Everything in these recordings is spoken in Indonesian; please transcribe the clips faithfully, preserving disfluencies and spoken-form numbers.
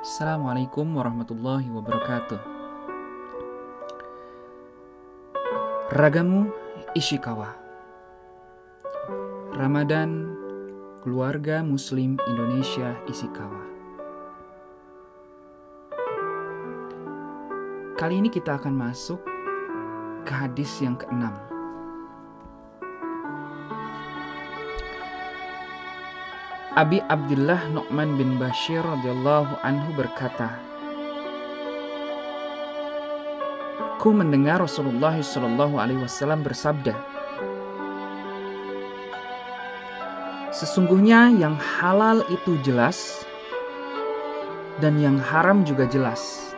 Assalamualaikum warahmatullahi wabarakatuh. Ragamu Ishikawa. Ramadan Keluarga Muslim Indonesia Ishikawa. Kali ini kita akan masuk ke hadis yang keenam. Abi Abdullah Nu'man bin Bashir radhiyallahu anhu berkata, Ku mendengar Rasulullah shallallahu alaihi wasallam bersabda, Sesungguhnya yang halal itu jelas dan yang haram juga jelas.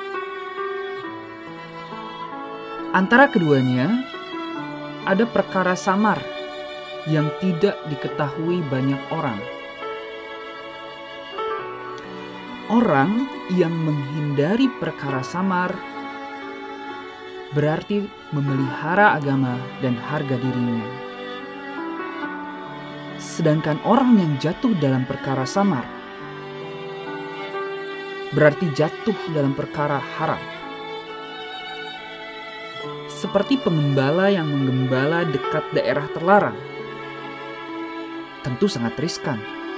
Antara keduanya ada perkara samar yang tidak diketahui banyak orang. Orang yang menghindari perkara samar berarti memelihara agama dan harga dirinya. Sedangkan orang yang jatuh dalam perkara samar berarti jatuh dalam perkara haram. Seperti pengembala yang menggembala dekat daerah terlarang, tentu sangat riskan.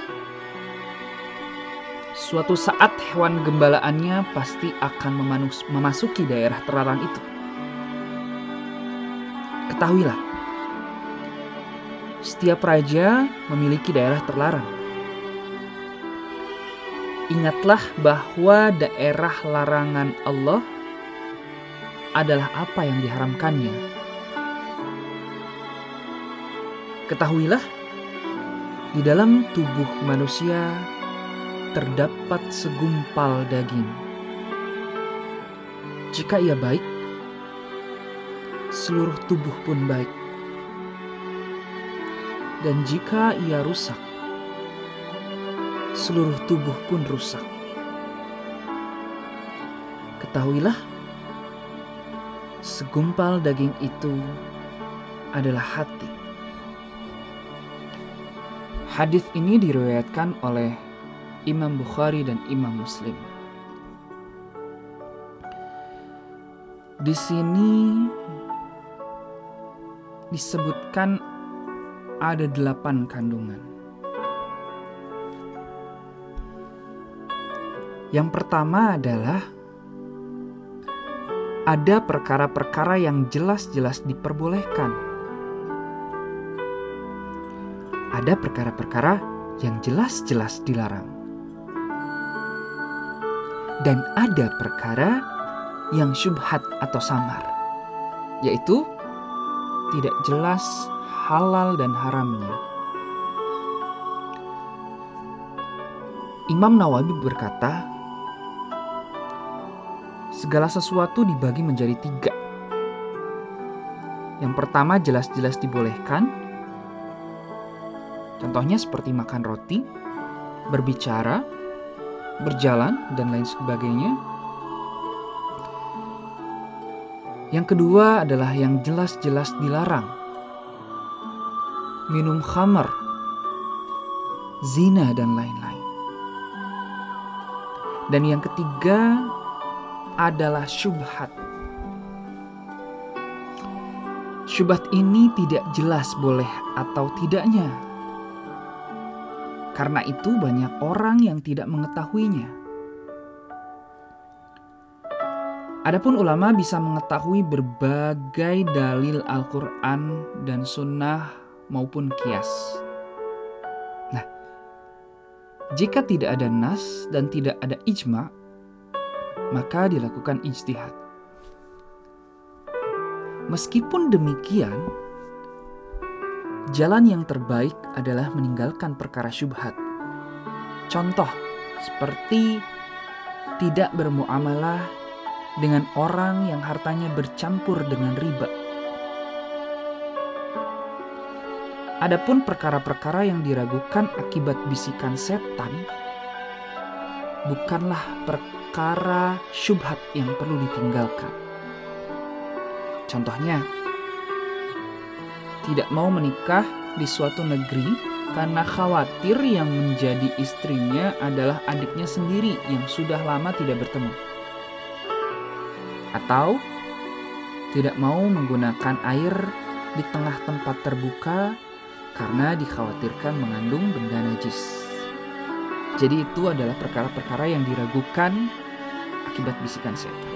Suatu saat hewan gembalaannya pasti akan memanus, memasuki daerah terlarang itu. Ketahuilah, setiap raja memiliki daerah terlarang. Ingatlah bahwa daerah larangan Allah adalah apa yang diharamkannya. Ketahuilah, di dalam tubuh manusia terdapat segumpal daging. Jika ia baik, seluruh tubuh pun baik. Dan jika ia rusak, seluruh tubuh pun rusak. Ketahuilah, segumpal daging itu adalah hati. Hadis ini diriwayatkan oleh Imam Bukhari dan Imam Muslim. Di sini disebutkan ada delapan kandungan. Yang pertama adalah ada perkara-perkara yang jelas-jelas diperbolehkan. Ada perkara-perkara yang jelas-jelas dilarang. Dan ada perkara yang syubhat atau samar, yaitu tidak jelas halal dan haramnya. Imam Nawawi berkata, segala sesuatu dibagi menjadi tiga. Yang pertama jelas-jelas dibolehkan. Contohnya seperti makan roti, berbicara, berjalan, dan lain sebagainya. Yang kedua adalah yang jelas-jelas dilarang. Minum khamar, zina, dan lain-lain. Dan yang ketiga adalah syubhat. Syubhat ini tidak jelas boleh atau tidaknya. Karena itu banyak orang yang tidak mengetahuinya. Adapun ulama bisa mengetahui berbagai dalil Al-Quran dan Sunnah maupun qiyas. Nah, jika tidak ada nas dan tidak ada ijma, maka dilakukan ijtihad. Meskipun demikian, jalan yang terbaik adalah meninggalkan perkara syubhat. Contoh, seperti tidak bermuamalah dengan orang yang hartanya bercampur dengan riba. Adapun perkara-perkara yang diragukan akibat bisikan setan, bukanlah perkara syubhat yang perlu ditinggalkan. Contohnya, tidak mau menikah di suatu negeri karena khawatir yang menjadi istrinya adalah adiknya sendiri yang sudah lama tidak bertemu. Atau tidak mau menggunakan air di tengah tempat terbuka karena dikhawatirkan mengandung benda najis. Jadi itu adalah perkara-perkara yang diragukan akibat bisikan setan.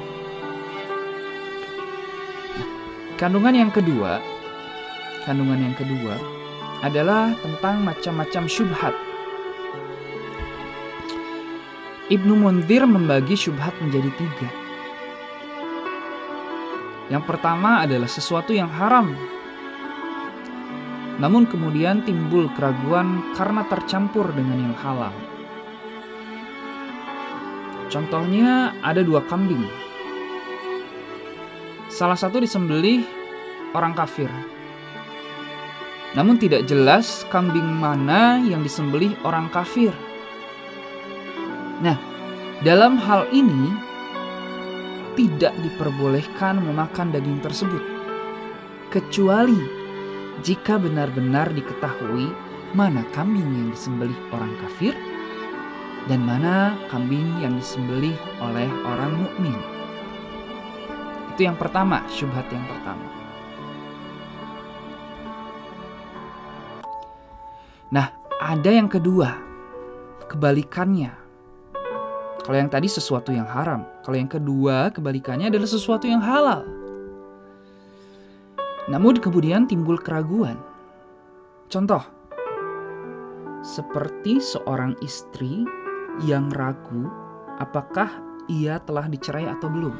Nah, kandungan yang kedua, kandungan yang kedua adalah tentang macam-macam syubhat. Ibnu Munzir membagi syubhat menjadi tiga. Yang pertama adalah sesuatu yang haram, namun kemudian timbul keraguan karena tercampur dengan yang halal. Contohnya ada dua kambing. Salah satu disembelih orang kafir, namun tidak jelas kambing mana yang disembelih orang kafir. Nah, dalam hal ini tidak diperbolehkan memakan daging tersebut, kecuali jika benar-benar diketahui mana kambing yang disembelih orang kafir dan mana kambing yang disembelih oleh orang mukmin. Itu yang pertama, syubhat yang pertama. Nah, ada yang kedua, kebalikannya. Kalau yang tadi sesuatu yang haram, kalau yang kedua kebalikannya adalah sesuatu yang halal. Namun kemudian timbul keraguan. Contoh, seperti seorang istri yang ragu apakah ia telah dicerai atau belum.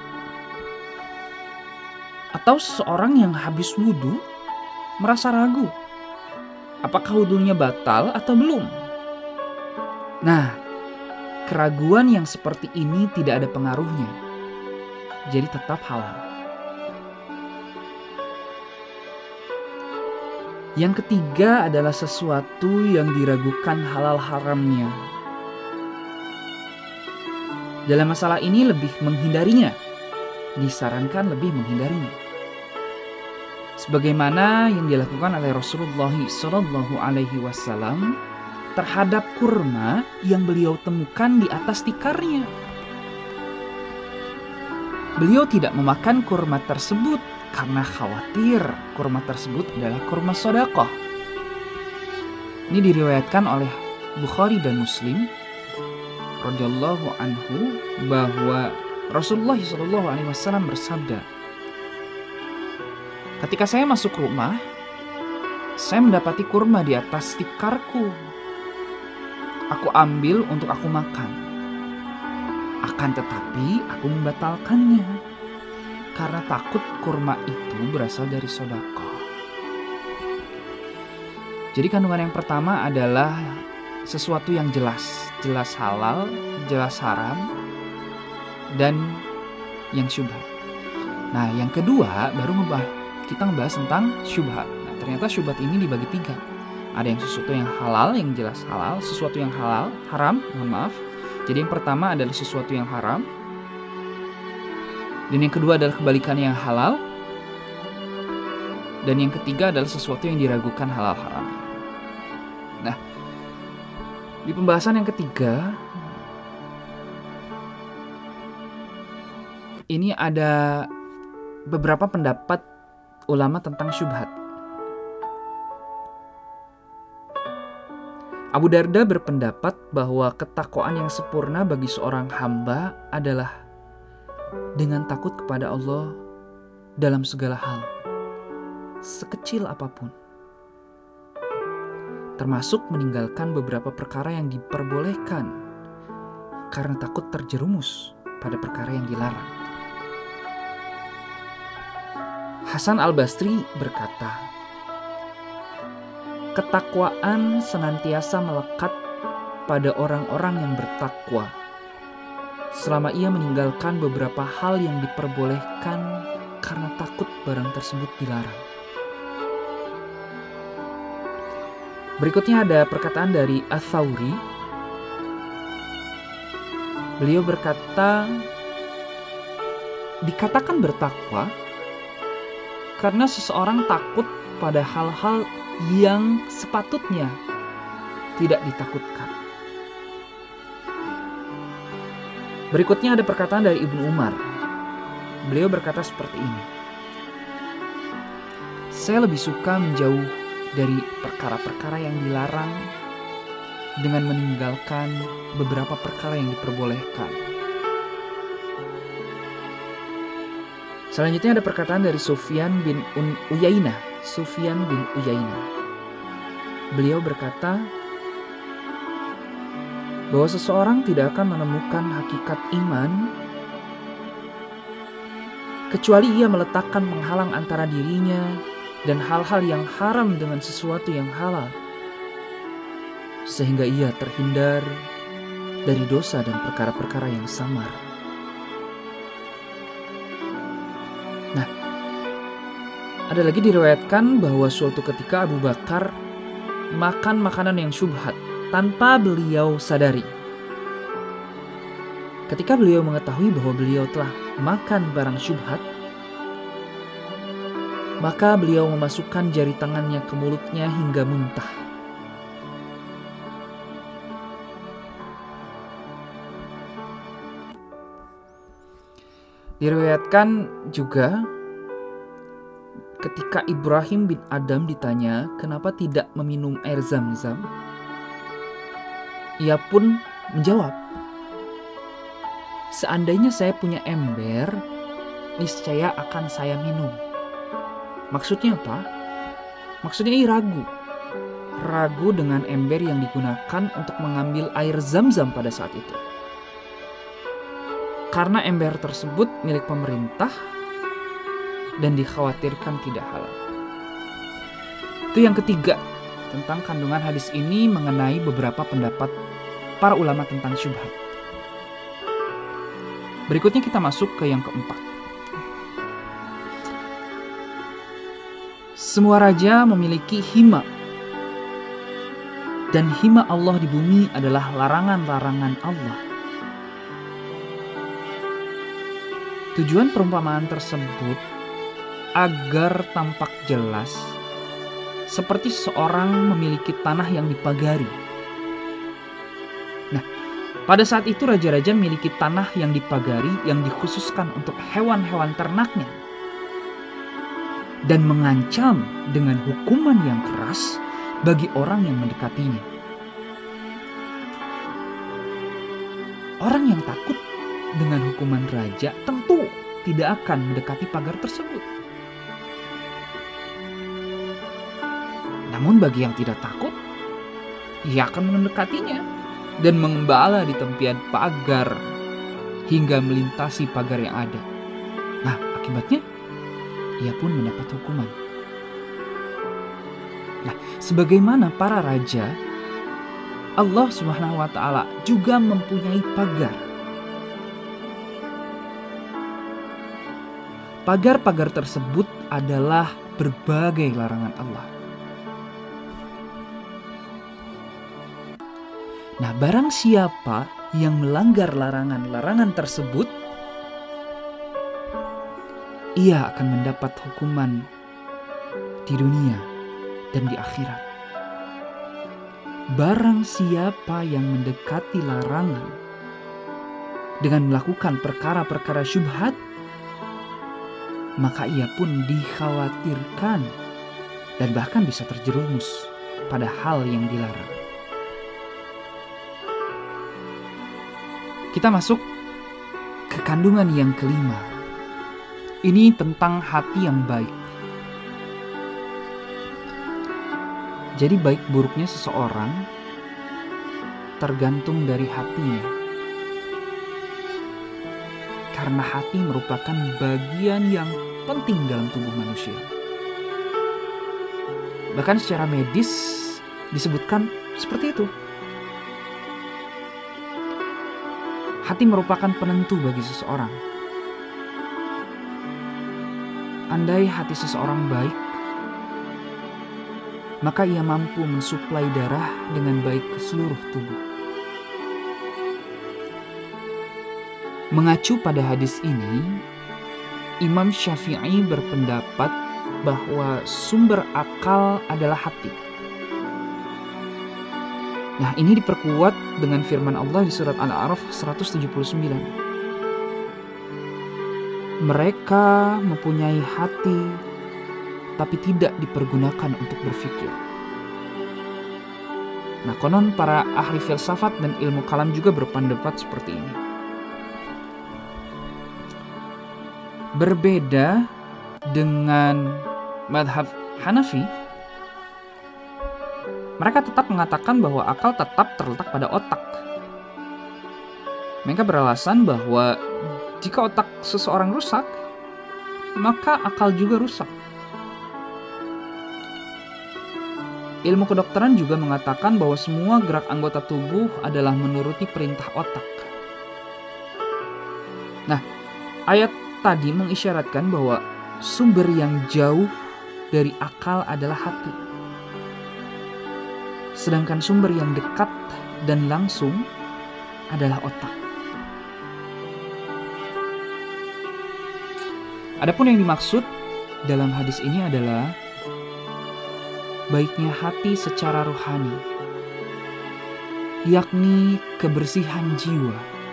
Atau seseorang yang habis wudhu merasa ragu apakah wudhunya batal atau belum. Nah, keraguan yang seperti ini tidak ada pengaruhnya, jadi tetap halal. Yang ketiga adalah sesuatu yang diragukan halal haramnya. Dalam masalah ini lebih menghindarinya, disarankan lebih menghindarinya. Sebagaimana yang dilakukan oleh Rasulullah Shallallahu Alaihi Wasallam terhadap kurma yang beliau temukan di atas tikarnya. Beliau tidak memakan kurma tersebut karena khawatir kurma tersebut adalah kurma sedekah. Ini diriwayatkan oleh Bukhari dan Muslim radhiyallahu anhu bahwa Rasulullah shallallahu alaihi wasallam bersabda, ketika saya masuk rumah, saya mendapati kurma di atas tikarku. Aku ambil untuk aku makan. Akan tetapi aku membatalkannya karena takut kurma itu berasal dari sedekah. Jadi kandungan yang pertama adalah sesuatu yang jelas, jelas halal, jelas haram, dan yang syubhat. Nah, yang kedua baru ngebahas, kita ngebahas tentang syubhat. Nah, ternyata syubhat ini dibagi tiga. Ada yang sesuatu yang halal, yang jelas halal, sesuatu yang halal, haram, mohon maaf. Jadi yang pertama adalah sesuatu yang haram, dan yang kedua adalah kebalikannya yang halal, dan yang ketiga adalah sesuatu yang diragukan halal haram. Nah, di pembahasan yang ketiga ini ada beberapa pendapat ulama tentang syubhat. Abu Darda berpendapat bahwa ketakwaan yang sempurna bagi seorang hamba adalah dengan takut kepada Allah dalam segala hal, sekecil apapun, termasuk meninggalkan beberapa perkara yang diperbolehkan karena takut terjerumus pada perkara yang dilarang. Hasan al-Basri berkata, ketakwaan senantiasa melekat pada orang-orang yang bertakwa selama ia meninggalkan beberapa hal yang diperbolehkan karena takut barang tersebut dilarang. Berikutnya ada perkataan dari Ats-Tsauri. Beliau berkata, dikatakan bertakwa karena seseorang takut pada hal-hal yang sepatutnya tidak ditakutkan. Berikutnya ada perkataan dari Ibnu Umar. Beliau berkata seperti ini. Saya lebih suka menjauh dari perkara-perkara yang dilarang dengan meninggalkan beberapa perkara yang diperbolehkan. Selanjutnya ada perkataan dari Sufyan bin Uyainah. Sufyan bin Uyainah. Beliau berkata bahwa seseorang tidak akan menemukan hakikat iman kecuali ia meletakkan penghalang antara dirinya dan hal-hal yang haram dengan sesuatu yang halal, sehingga ia terhindar dari dosa dan perkara-perkara yang samar. Nah, ada lagi diriwayatkan bahwa suatu ketika Abu Bakar makan makanan yang syubhat tanpa beliau sadari. Ketika beliau mengetahui bahwa beliau telah makan barang syubhat, maka beliau memasukkan jari tangannya ke mulutnya hingga muntah. Diriwayatkan juga ketika Ibrahim bin Adam ditanya kenapa tidak meminum air Zam-Zam, ia pun menjawab, seandainya saya punya ember, niscaya akan saya minum. Maksudnya apa? Maksudnya ia ragu. Ragu dengan ember yang digunakan untuk mengambil air Zam-Zam pada saat itu. Karena ember tersebut milik pemerintah dan dikhawatirkan tidak halal. Itu yang ketiga tentang kandungan hadis ini mengenai beberapa pendapat para ulama tentang syubhat. Berikutnya kita masuk ke yang keempat. Semua raja memiliki hima, dan hima Allah di bumi adalah larangan-larangan Allah. Tujuan perumpamaan tersebut agar tampak jelas seperti seseorang memiliki tanah yang dipagari. Nah, pada saat itu raja-raja memiliki tanah yang dipagari yang dikhususkan untuk hewan-hewan ternaknya dan mengancam dengan hukuman yang keras bagi orang yang mendekatinya. Orang yang takut dengan hukuman raja tentu tidak akan mendekati pagar tersebut. Namun bagi yang tidak takut, ia akan mendekatinya dan mengembala di tepian pagar hingga melintasi pagar yang ada. Nah, akibatnya ia pun mendapat hukuman. Nah, sebagaimana para raja, Allah Subhanahu wa taala juga mempunyai pagar. Pagar-pagar tersebut adalah berbagai larangan Allah. Nah, barang siapa yang melanggar larangan-larangan tersebut, ia akan mendapat hukuman di dunia dan di akhirat. Barang siapa yang mendekati larangan dengan melakukan perkara-perkara syubhat, maka ia pun dikhawatirkan dan bahkan bisa terjerumus pada hal yang dilarang. Kita masuk ke kandungan yang kelima. Ini tentang hati yang baik. Jadi baik buruknya seseorang tergantung dari hatinya. Karena hati merupakan bagian yang penting dalam tubuh manusia. Bahkan secara medis disebutkan seperti itu. Hati merupakan penentu bagi seseorang. Andai hati seseorang baik, maka ia mampu mensuplai darah dengan baik ke seluruh tubuh. Mengacu pada hadis ini, Imam Syafi'i berpendapat bahwa sumber akal adalah hati. Nah, ini diperkuat dengan firman Allah di surat Al-A'raf seratus tujuh puluh sembilan. Mereka mempunyai hati, tapi tidak dipergunakan untuk berpikir. Nah, konon para ahli filsafat dan ilmu kalam juga berpendapat seperti ini. Berbeda dengan madhab Hanafi, mereka tetap mengatakan bahwa akal tetap terletak pada otak. Mereka beralasan bahwa jika otak seseorang rusak, maka akal juga rusak. Ilmu kedokteran juga mengatakan bahwa semua gerak anggota tubuh adalah menuruti perintah otak. Nah, ayat tadi mengisyaratkan bahwa sumber yang jauh dari akal adalah hati. Sedangkan sumber yang dekat dan langsung adalah otak. Adapun yang dimaksud dalam hadis ini adalah baiknya hati secara rohani, yakni kebersihan jiwa.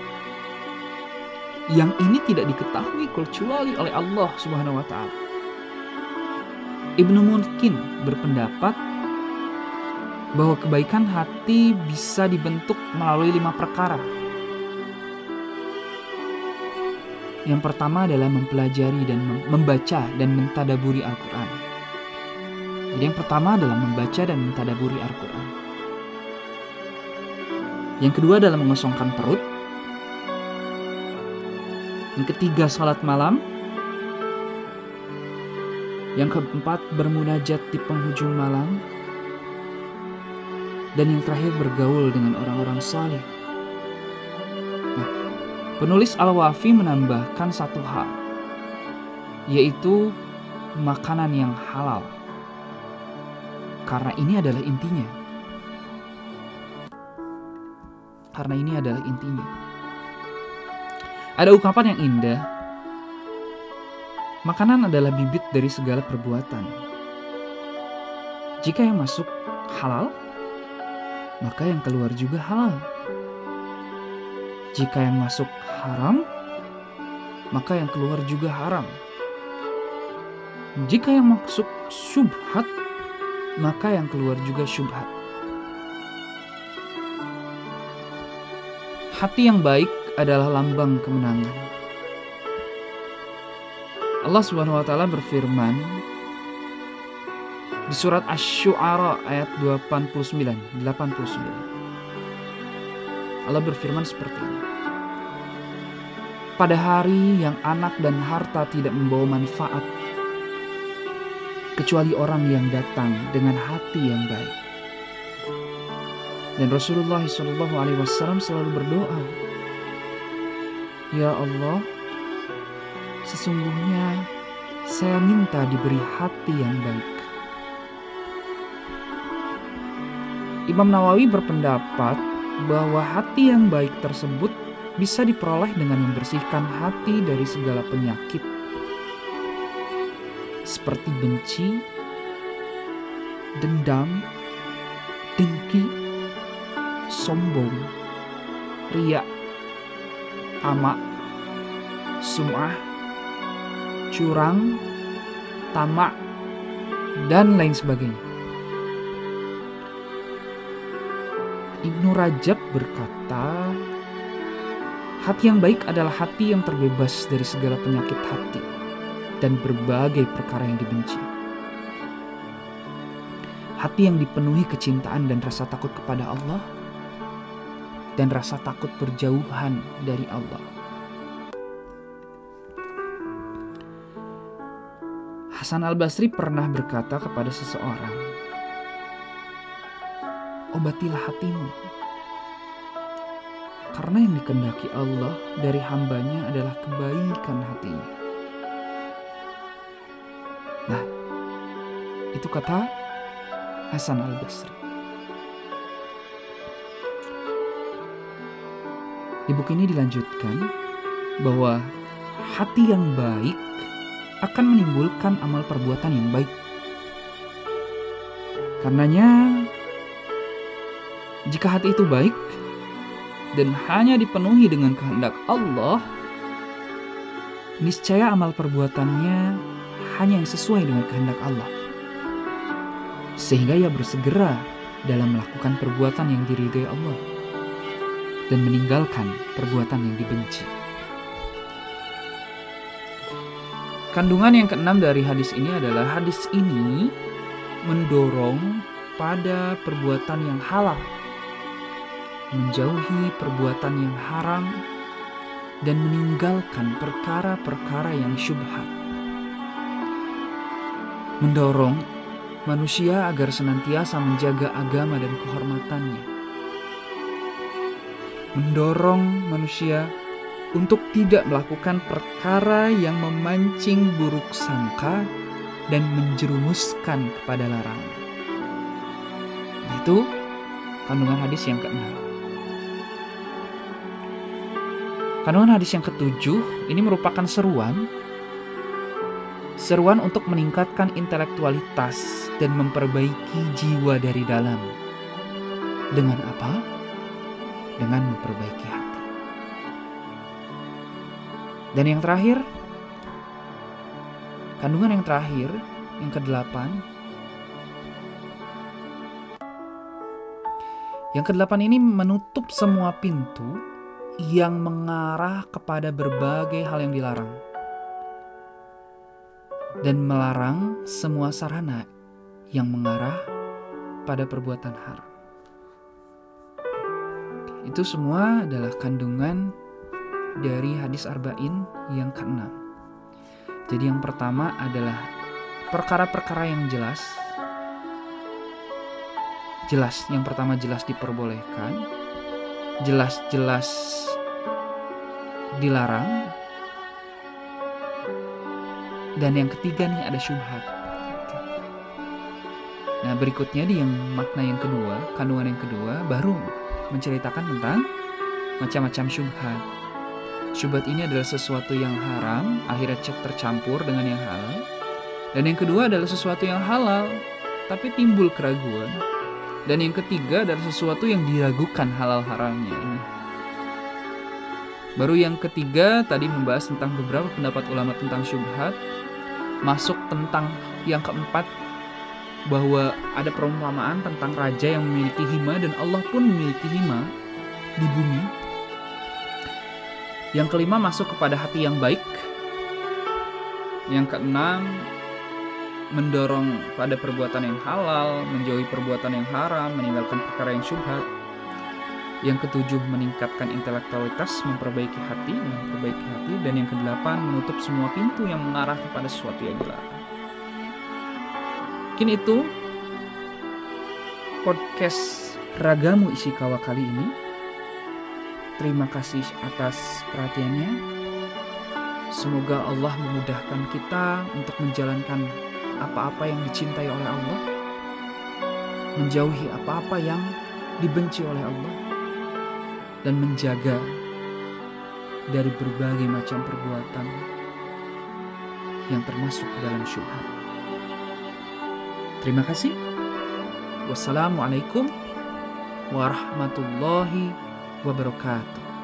Yang ini tidak diketahui kecuali oleh Allah Subhanahu wa taala. Ibnu Munkin berpendapat bahwa kebaikan hati bisa dibentuk melalui lima perkara. Yang pertama adalah mempelajari dan membaca dan mentadaburi Al-Quran. Jadi yang pertama adalah membaca dan mentadaburi Al-Quran. Yang kedua adalah mengosongkan perut. Yang ketiga salat malam. Yang keempat bermunajat di penghujung malam. Dan yang terakhir bergaul dengan orang-orang saleh. Nah, penulis Al-Wafi menambahkan satu hal, yaitu makanan yang halal. Karena ini adalah intinya. Karena ini adalah intinya. Ada ungkapan yang indah. Makanan adalah bibit dari segala perbuatan. Jika yang masuk halal, maka yang keluar juga halal. Jika yang masuk haram, maka yang keluar juga haram. Jika yang masuk syubhat, maka yang keluar juga syubhat. Hati yang baik adalah lambang kemenangan. Allah Subhanahu wa taala berfirman di surat Asy-Syu'ara ayat delapan puluh sembilan. Allah berfirman seperti ini. Pada hari yang anak dan harta tidak membawa manfaat, kecuali orang yang datang dengan hati yang baik. Dan Rasulullah shallallahu alaihi wasallam selalu berdoa, Ya Allah, sesungguhnya saya minta diberi hati yang baik. Imam Nawawi berpendapat bahwa hati yang baik tersebut bisa diperoleh dengan membersihkan hati dari segala penyakit seperti benci, dendam, dengki, sombong, riya, tamak, sum'ah, curang, tamak, dan lain sebagainya. Ibnu Rajab berkata, hati yang baik adalah hati yang terbebas dari segala penyakit hati dan berbagai perkara yang dibenci. Hati yang dipenuhi kecintaan dan rasa takut kepada Allah dan rasa takut berjauhan dari Allah. Hasan Al-Basri pernah berkata kepada seseorang, obatilah hatimu, karena yang dikehendaki Allah dari hambanya adalah kebaikan hatinya. Nah, itu kata Hasan Al-Basri. Di buku ini dilanjutkan bahwa hati yang baik akan menimbulkan amal perbuatan yang baik. Karenanya, jika hati itu baik dan hanya dipenuhi dengan kehendak Allah, niscaya amal perbuatannya hanya yang sesuai dengan kehendak Allah. Sehingga ia bersegera dalam melakukan perbuatan yang diridhai Allah dan meninggalkan perbuatan yang dibenci. Kandungan yang keenam dari hadis ini adalah hadis ini mendorong pada perbuatan yang halal, menjauhi perbuatan yang haram, dan meninggalkan perkara-perkara yang syubhat. Mendorong manusia agar senantiasa menjaga agama dan kehormatannya. Mendorong manusia untuk tidak melakukan perkara yang memancing buruk sangka dan menjerumuskan kepada larangan. Itu kandungan hadis yang keenam. Kandungan hadis yang ketujuh ini merupakan seruan Seruan untuk meningkatkan intelektualitas dan memperbaiki jiwa dari dalam. Dengan apa? Dengan memperbaiki hati. Dan yang terakhir, kandungan yang terakhir, yang kedelapan. Yang kedelapan ini menutup semua pintu yang mengarah kepada berbagai hal yang dilarang. Dan melarang semua sarana yang mengarah pada perbuatan haram. Itu semua adalah kandungan dari hadis arba'in yang keenam. Jadi yang pertama adalah perkara-perkara yang jelas. Jelas, yang pertama jelas diperbolehkan. Jelas-jelas dilarang. Dan yang ketiga nih ada syubhat. Nah berikutnya di yang makna yang kedua, kandungan yang kedua baru menceritakan tentang macam-macam syubhat. Syubhat ini adalah sesuatu yang haram, akhirnya tercampur dengan yang halal. Dan yang kedua adalah sesuatu yang halal, tapi timbul keraguan. Dan yang ketiga adalah sesuatu yang diragukan halal haramnya ini. Baru yang ketiga tadi membahas tentang beberapa pendapat ulama tentang syubhat. Masuk tentang yang keempat, bahwa ada perumpamaan tentang raja yang memiliki hima dan Allah pun memiliki hima di bumi. Yang kelima masuk kepada hati yang baik. Yang keenam mendorong pada perbuatan yang halal, menjauhi perbuatan yang haram, meninggalkan perkara yang syubhat. Yang ketujuh meningkatkan intelektualitas, memperbaiki hati, memperbaiki hati. Dan yang kedelapan menutup semua pintu yang mengarah kepada sesuatu yang dilarang. Mungkin itu podcast Ragamu Ishikawa kali ini. Terima kasih atas perhatiannya. Semoga Allah memudahkan kita untuk menjalankan apa-apa yang dicintai oleh Allah, menjauhi apa-apa yang dibenci oleh Allah, dan menjaga dari berbagai macam perbuatan yang termasuk ke dalam syubhat. Terima kasih. Wassalamualaikum warahmatullahi wabarakatuh.